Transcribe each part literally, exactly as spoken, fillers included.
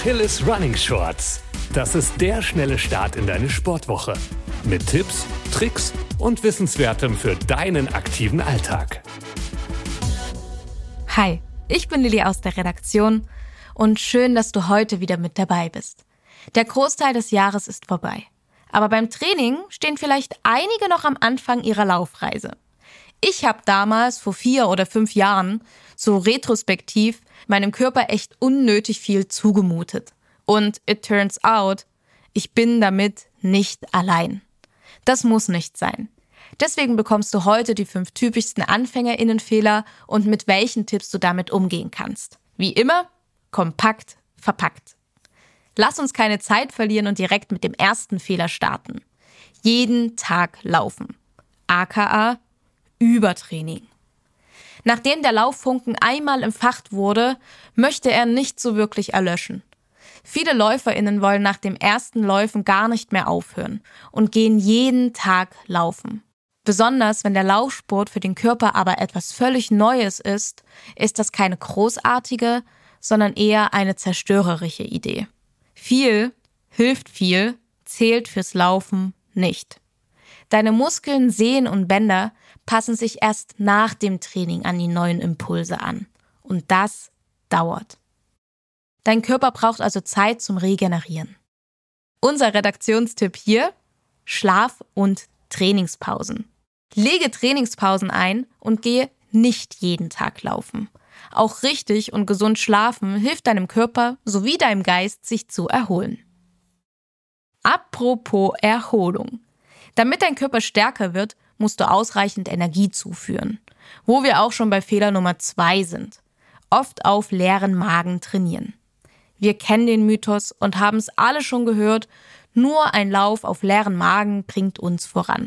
Achilles Running Shorts. Das ist der schnelle Start in deine Sportwoche. Mit Tipps, Tricks und Wissenswertem für deinen aktiven Alltag. Hi, ich bin Lilly aus der Redaktion und schön, dass du heute wieder mit dabei bist. Der Großteil des Jahres ist vorbei. Aber beim Training stehen vielleicht einige noch am Anfang ihrer Laufreise. Ich habe damals vor vier oder fünf Jahren so retrospektiv meinem Körper echt unnötig viel zugemutet. Und it turns out, ich bin damit nicht allein. Das muss nicht sein. Deswegen bekommst du heute die fünf typischsten AnfängerInnenfehler und mit welchen Tipps du damit umgehen kannst. Wie immer, kompakt verpackt. Lass uns keine Zeit verlieren und direkt mit dem ersten Fehler starten. Jeden Tag laufen. aka Übertraining. Nachdem der Lauffunken einmal entfacht wurde, möchte er nicht so wirklich erlöschen. Viele LäuferInnen wollen nach dem ersten Läufen gar nicht mehr aufhören und gehen jeden Tag laufen. Besonders wenn der Laufsport für den Körper aber etwas völlig Neues ist, ist das keine großartige, sondern eher eine zerstörerische Idee. Viel hilft viel, zählt fürs Laufen nicht. Deine Muskeln, Sehnen und Bänder passen sich erst nach dem Training an die neuen Impulse an. Und das dauert. Dein Körper braucht also Zeit zum Regenerieren. Unser Redaktionstipp hier: Schlaf- und Trainingspausen. Lege Trainingspausen ein und gehe nicht jeden Tag laufen. Auch richtig und gesund schlafen hilft deinem Körper sowie deinem Geist, sich zu erholen. Apropos Erholung. Damit dein Körper stärker wird, musst du ausreichend Energie zuführen. Wo wir auch schon bei Fehler Nummer zwei sind. Oft auf leeren Magen trainieren. Wir kennen den Mythos und haben es alle schon gehört, nur ein Lauf auf leeren Magen bringt uns voran.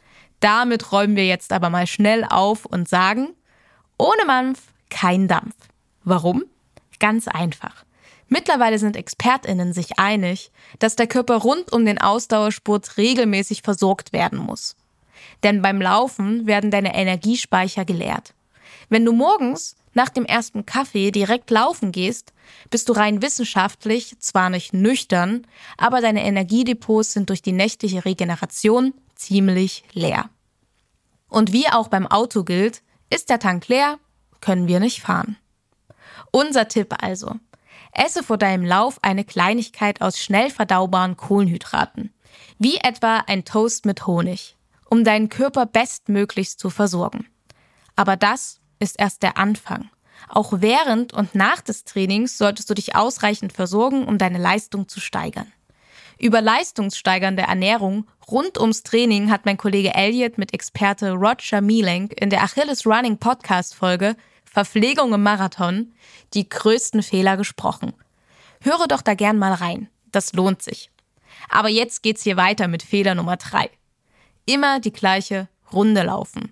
Damit räumen wir jetzt aber mal schnell auf und sagen, ohne Mampf kein Dampf. Warum? Ganz einfach. Mittlerweile sind ExpertInnen sich einig, dass der Körper rund um den Ausdauersport regelmäßig versorgt werden muss. Denn beim Laufen werden deine Energiespeicher geleert. Wenn du morgens nach dem ersten Kaffee direkt laufen gehst, bist du rein wissenschaftlich zwar nicht nüchtern, aber deine Energiedepots sind durch die nächtliche Regeneration ziemlich leer. Und wie auch beim Auto gilt, ist der Tank leer, können wir nicht fahren. Unser Tipp also: Esse vor deinem Lauf eine Kleinigkeit aus schnell verdaubaren Kohlenhydraten, wie etwa ein Toast mit Honig, um deinen Körper bestmöglichst zu versorgen. Aber das ist erst der Anfang. Auch während und nach des Trainings solltest du dich ausreichend versorgen, um deine Leistung zu steigern. Über leistungssteigernde Ernährung rund ums Training hat mein Kollege Elliot mit Experte Roger Mielenk in der Achilles Running Podcast-Folge Verpflegung im Marathon die größten Fehler gesprochen. Höre doch da gern mal rein, das lohnt sich. Aber jetzt geht's hier weiter mit Fehler Nummer drei. Immer die gleiche Runde laufen.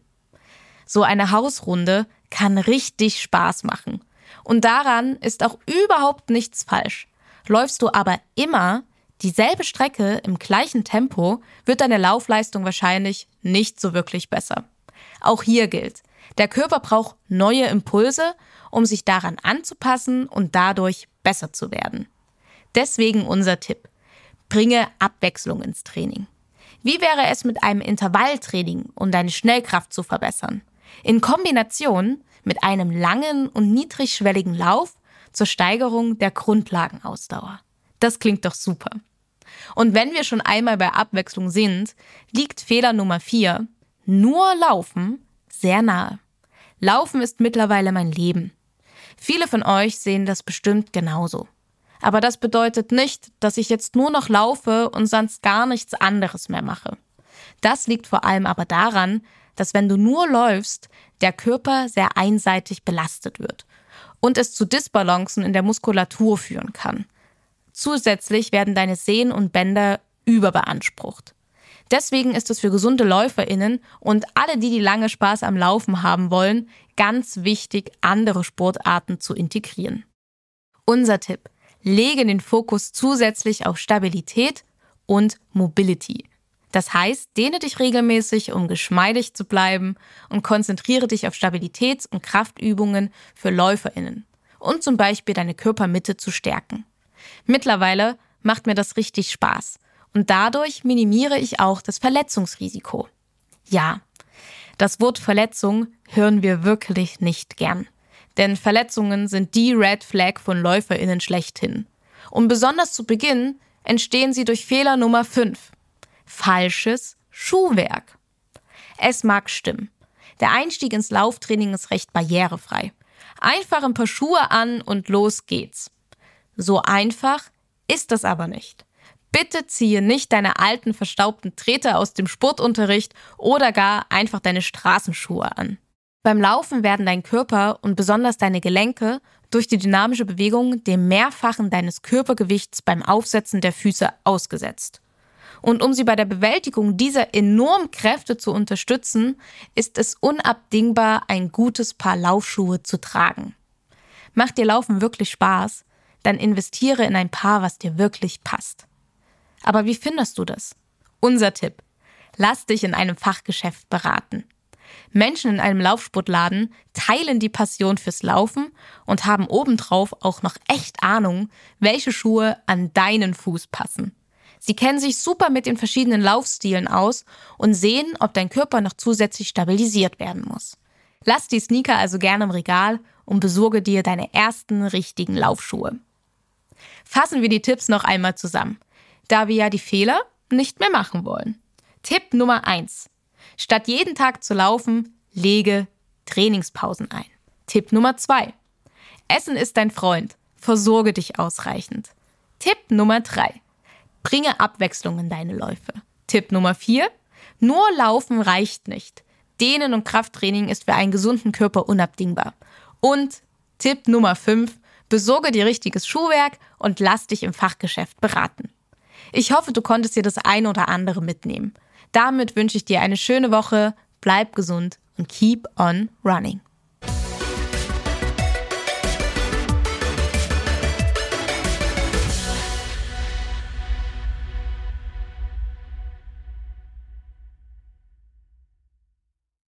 So eine Hausrunde kann richtig Spaß machen. Und daran ist auch überhaupt nichts falsch. Läufst du aber immer dieselbe Strecke im gleichen Tempo, wird deine Laufleistung wahrscheinlich nicht so wirklich besser. Auch hier gilt: Der Körper braucht neue Impulse, um sich daran anzupassen und dadurch besser zu werden. Deswegen unser Tipp: Bringe Abwechslung ins Training. Wie wäre es mit einem Intervalltraining, um deine Schnellkraft zu verbessern? In Kombination mit einem langen und niedrigschwelligen Lauf zur Steigerung der Grundlagenausdauer. Das klingt doch super. Und wenn wir schon einmal bei Abwechslung sind, liegt Fehler Nummer vier, nur Laufen, sehr nahe. Laufen ist mittlerweile mein Leben. Viele von euch sehen das bestimmt genauso. Aber das bedeutet nicht, dass ich jetzt nur noch laufe und sonst gar nichts anderes mehr mache. Das liegt vor allem aber daran, dass wenn du nur läufst, der Körper sehr einseitig belastet wird und es zu Disbalancen in der Muskulatur führen kann. Zusätzlich werden deine Sehnen und Bänder überbeansprucht. Deswegen ist es für gesunde LäuferInnen und alle, die die lange Spaß am Laufen haben wollen, ganz wichtig, andere Sportarten zu integrieren. Unser Tipp: Lege den Fokus zusätzlich auf Stabilität und Mobility. Das heißt, dehne dich regelmäßig, um geschmeidig zu bleiben, und konzentriere dich auf Stabilitäts- und Kraftübungen für LäuferInnen und zum Beispiel deine Körpermitte zu stärken. Mittlerweile macht mir das richtig Spaß und dadurch minimiere ich auch das Verletzungsrisiko. Ja, das Wort Verletzung hören wir wirklich nicht gern, denn Verletzungen sind die Red Flag von LäuferInnen schlechthin. Und besonders zu Beginn entstehen sie durch Fehler Nummer fünf. Falsches Schuhwerk. Es mag stimmen. Der Einstieg ins Lauftraining ist recht barrierefrei. Einfach ein paar Schuhe an und los geht's. So einfach ist das aber nicht. Bitte ziehe nicht deine alten, verstaubten Treter aus dem Sportunterricht oder gar einfach deine Straßenschuhe an. Beim Laufen werden dein Körper und besonders deine Gelenke durch die dynamische Bewegung dem Mehrfachen deines Körpergewichts beim Aufsetzen der Füße ausgesetzt. Und um sie bei der Bewältigung dieser enormen Kräfte zu unterstützen, ist es unabdingbar, ein gutes Paar Laufschuhe zu tragen. Macht dir Laufen wirklich Spaß, dann investiere in ein Paar, was dir wirklich passt. Aber wie findest du das? Unser Tipp: Lass dich in einem Fachgeschäft beraten. Menschen in einem Laufsportladen teilen die Passion fürs Laufen und haben obendrauf auch noch echt Ahnung, welche Schuhe an deinen Fuß passen. Sie kennen sich super mit den verschiedenen Laufstilen aus und sehen, ob dein Körper noch zusätzlich stabilisiert werden muss. Lass die Sneaker also gerne im Regal und besorge dir deine ersten richtigen Laufschuhe. Fassen wir die Tipps noch einmal zusammen, da wir ja die Fehler nicht mehr machen wollen. Tipp Nummer eins. Statt jeden Tag zu laufen, lege Trainingspausen ein. Tipp Nummer zwei. Essen ist dein Freund. Versorge dich ausreichend. Tipp Nummer drei. Bringe Abwechslung in deine Läufe. Tipp Nummer vier. Nur Laufen reicht nicht. Dehnen und Krafttraining ist für einen gesunden Körper unabdingbar. Und Tipp Nummer fünf. Besorge dir richtiges Schuhwerk und lass dich im Fachgeschäft beraten. Ich hoffe, du konntest dir das ein oder andere mitnehmen. Damit wünsche ich dir eine schöne Woche, bleib gesund und keep on running.